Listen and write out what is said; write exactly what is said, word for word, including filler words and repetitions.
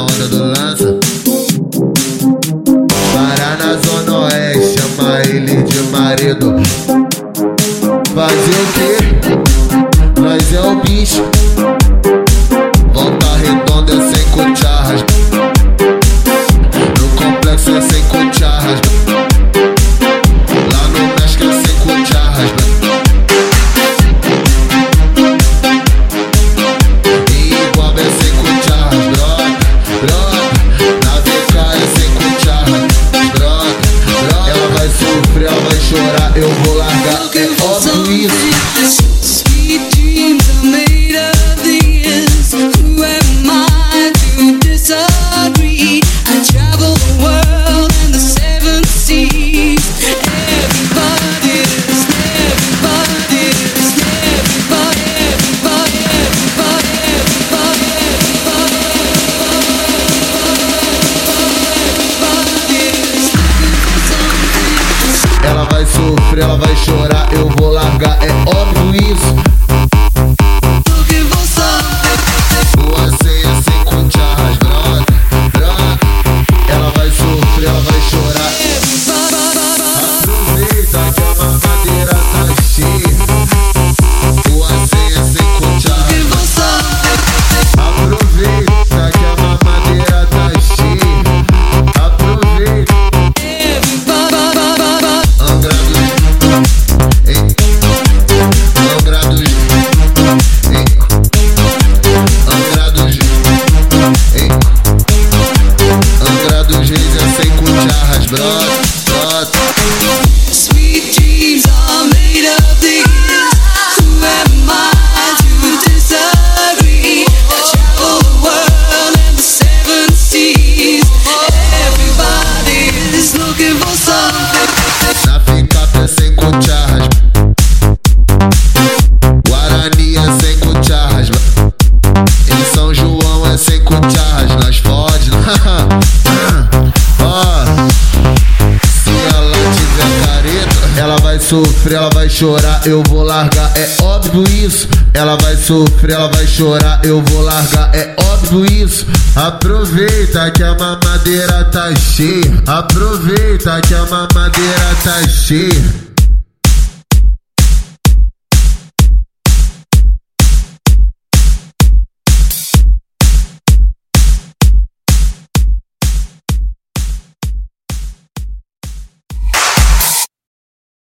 onda do lança. Para na zona oeste, chama ele de marido. Fazer o quê? Nós é o bicho. Volta redonda é sem cucharras. No complexo é sem cucharras. Lá no México é sem cucharras. E igual é sem cucharras, brota, brota. Na V K é sem cucharras, brota, brota. Ela vai sofrer, ela vai chorar, eu vou largar, é óbvio isso. Sweet dreams are made of these. Who am I to disagree? I travel the world and the seven seas. Everybody's, everybody's, everybody, everybody, everybody, everybody, everybody. Ela vai sofrer, ela vai chorar, eu vou largar, é óbvio isso. Boa ceia sem cucharras, brota, brota. Ela vai sofrer, ela vai chorar. Aproveita que a mamadeira tá cheia. Boa ceia sem cucharras. Aproveita que a mamadeira tá cheia. Aproveita. Sweet dreams are made of these. Who am I to disagree? I travel the world and the seven seas. Everybody's looking for something. Na picape é sem cucharras. Guarani é sem cucharras. Em São João é sem cucharras. Nós fode. Ela vai sofrer, ela vai chorar, eu vou largar, é óbvio isso. Ela vai sofrer, ela vai chorar, eu vou largar, é óbvio isso. Aproveita que a mamadeira tá cheia. Aproveita que a mamadeira tá cheia.